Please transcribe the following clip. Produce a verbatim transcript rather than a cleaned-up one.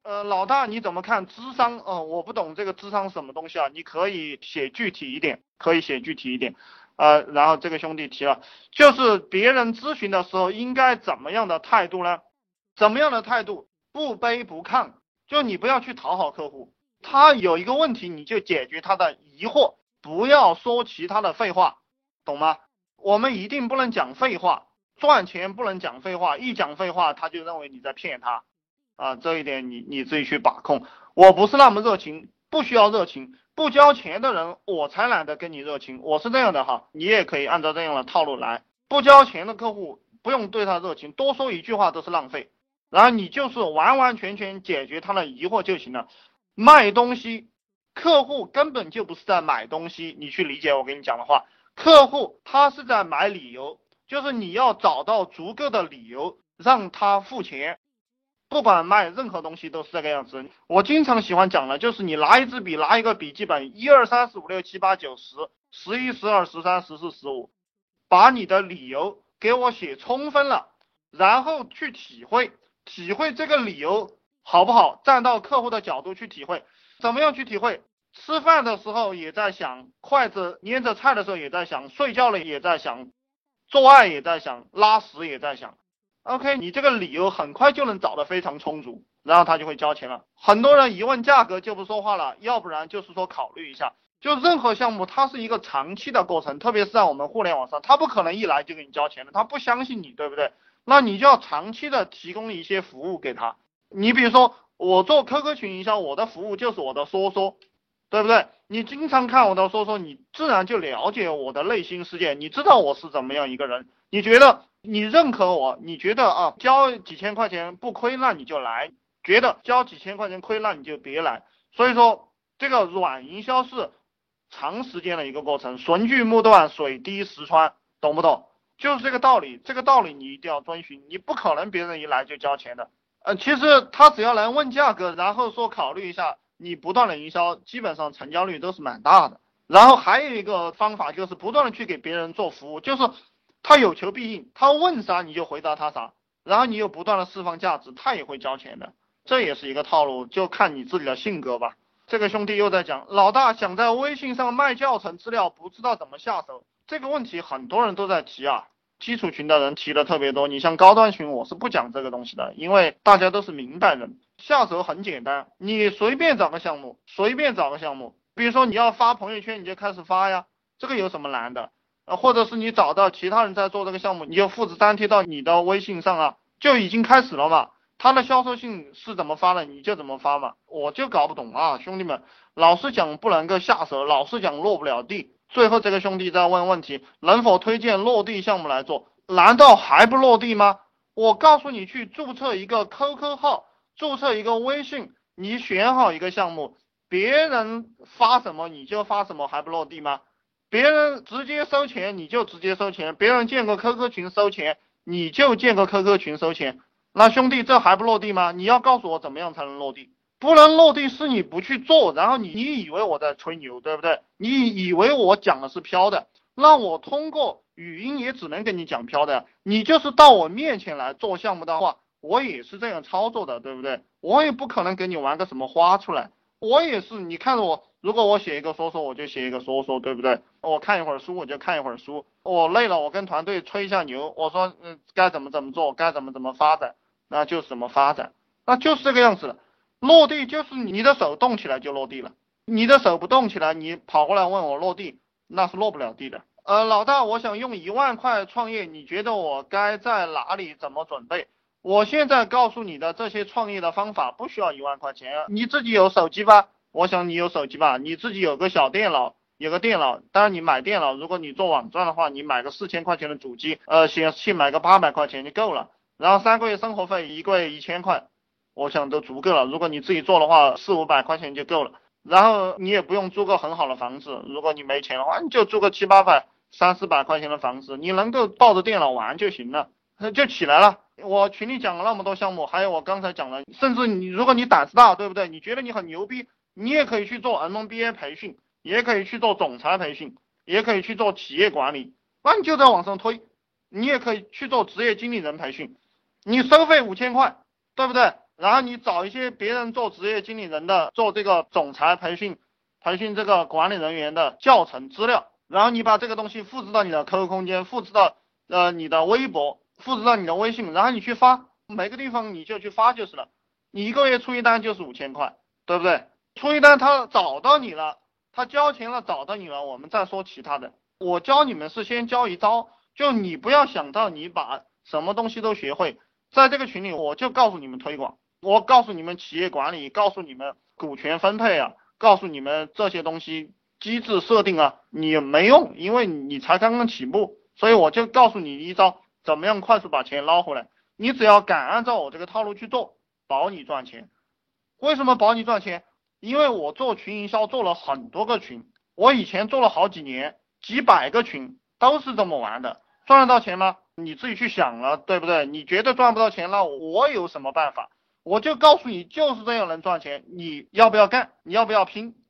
呃，老大你怎么看智商？呃，我不懂这个智商什么东西啊，你可以写具体一点，可以写具体一点。呃，然后这个兄弟提了，就是别人咨询的时候应该怎么样的态度呢？怎么样的态度？不卑不亢，就你不要去讨好客户，他有一个问题你就解决他的疑惑，不要说其他的废话，懂吗？我们一定不能讲废话，赚钱不能讲废话，一讲废话他就认为你在骗他。啊，这一点你你自己去把控。我不是那么热情，不需要热情，不交钱的人我才懒得跟你热情，我是这样的哈，你也可以按照这样的套路来。不交钱的客户不用对他热情，多说一句话都是浪费。然后你就是完完全全解决他的疑惑就行了。卖东西，客户根本就不是在买东西，你去理解我跟你讲的话，客户他是在买理由，就是你要找到足够的理由让他付钱。不管卖任何东西都是这个样子。我经常喜欢讲的就是你拿一支笔，拿一个笔记本，一二三四五六七八九十，十一十二十三十四十五，把你的理由给我写充分了，然后去体会，体会这个理由好不好，站到客户的角度去体会。怎么样去体会？吃饭的时候也在想，筷子捏着菜的时候也在想，睡觉了也在想，做爱也在想，拉屎也在想。OK， 你这个理由很快就能找得非常充足，然后他就会交钱了。很多人一问价格就不说话了，要不然就是说考虑一下。就任何项目它是一个长期的过程，特别是在我们互联网上，他不可能一来就给你交钱的，他不相信你，对不对？那你就要长期的提供一些服务给他。你比如说我做 Q Q 群营销，我的服务就是我的说说，对不对？你经常看我的说说，你自然就了解我的内心世界，你知道我是怎么样一个人，你觉得你认可我，你觉得啊交几千块钱不亏，那你就来；觉得交几千块钱亏，那你就别来。所以说这个软营销是长时间的一个过程，纯锯木断，水滴石穿，懂不懂？就是这个道理，这个道理你一定要遵循，你不可能别人一来就交钱的。呃，其实他只要来问价格，然后说考虑一下，你不断的营销，基本上成交率都是蛮大的。然后还有一个方法就是不断的去给别人做服务，就是他有求必应，他问啥你就回答他啥，然后你又不断的释放价值，他也会交钱的，这也是一个套路，就看你自己的性格吧。这个兄弟又在讲，老大想在微信上卖教程资料，不知道怎么下手。这个问题很多人都在提啊，基础群的人提的特别多，你像高端群我是不讲这个东西的，因为大家都是明白人，下手很简单，你随便找个项目，随便找个项目，比如说你要发朋友圈你就开始发呀，这个有什么难的？呃，或者是你找到其他人在做这个项目，你就复制粘贴到你的微信上啊，就已经开始了嘛。他的销售信是怎么发的，你就怎么发嘛。我就搞不懂啊，兄弟们，老是讲不能够下手，老是讲落不了地。最后这个兄弟在问问题，能否推荐落地项目来做？难道还不落地吗？我告诉你，去注册一个 Q Q 号，注册一个微信，你选好一个项目，别人发什么你就发什么，还不落地吗？别人直接收钱你就直接收钱，别人建个 Q Q 群收钱你就建个 Q Q 群收钱。那兄弟，这还不落地吗？你要告诉我怎么样才能落地？不能落地是你不去做，然后你你以为我在吹牛，对不对？你以为我讲的是飘的，那我通过语音也只能跟你讲飘的。你就是到我面前来做项目的话，我也是这样操作的，对不对？我也不可能给你玩个什么花出来，我也是，你看我，如果我写一个说说，我就写一个说说，对不对？我看一会儿书，我就看一会儿书，我累了，我跟团队吹一下牛，我说嗯该怎么怎么做，该怎么怎么发展。那就是怎么发展，那就是这个样子了。落地就是你的手动起来就落地了，你的手不动起来，你跑过来问我落地，那是落不了地的。呃，老大，我想用一万块创业，你觉得我该在哪里怎么准备？我现在告诉你的这些创业的方法不需要一万块钱啊，你自己有手机吧？我想你有手机吧，你自己有个小电脑，有个电脑，当然你买电脑，如果你做网站的话，你买个四千块钱的主机，呃，显示器买个八百块钱就够了。然后三个月生活费，一个月一千块，我想都足够了。如果你自己做的话，四五百块钱就够了。然后你也不用租个很好的房子，如果你没钱的话，你就租个七八百、三四百块钱的房子，你能够抱着电脑玩就行了，就起来了。我群里讲了那么多项目，还有我刚才讲的，甚至你如果你胆子大，对不对？你觉得你很牛逼，你也可以去做 M B A 培训，也可以去做总裁培训，也可以去做企业管理，那你就在往上推。你也可以去做职业经理人培训。你收费五千块，对不对？ 然后你找一些别人做职业经理人的，做这个总裁培训，培训这个管理人员的教程资料，然后你把这个东西复制到你的 Q Q 空间，复制到呃你的微博，复制到你的微信，然后你去发，每个地方你就去发就是了。你一个月出一单就是五千块，对不对？出一单他找到你了，他交钱了找到你了，我们再说其他的。我教你们是先教一招，就你不要想到你把什么东西都学会，在这个群里我就告诉你们推广，我告诉你们企业管理，告诉你们股权分配啊，告诉你们这些东西机制设定啊，你没用，因为你才刚刚起步，所以我就告诉你一招，怎么样快速把钱捞回来。你只要敢按照我这个套路去做，保你赚钱。为什么保你赚钱？因为我做群营销做了很多个群，我以前做了好几年，几百个群都是这么玩的。赚得到钱吗？你自己去想了，对不对？你觉得赚不到钱，那我有什么办法？我就告诉你，就是这样能赚钱，你要不要干？你要不要拼？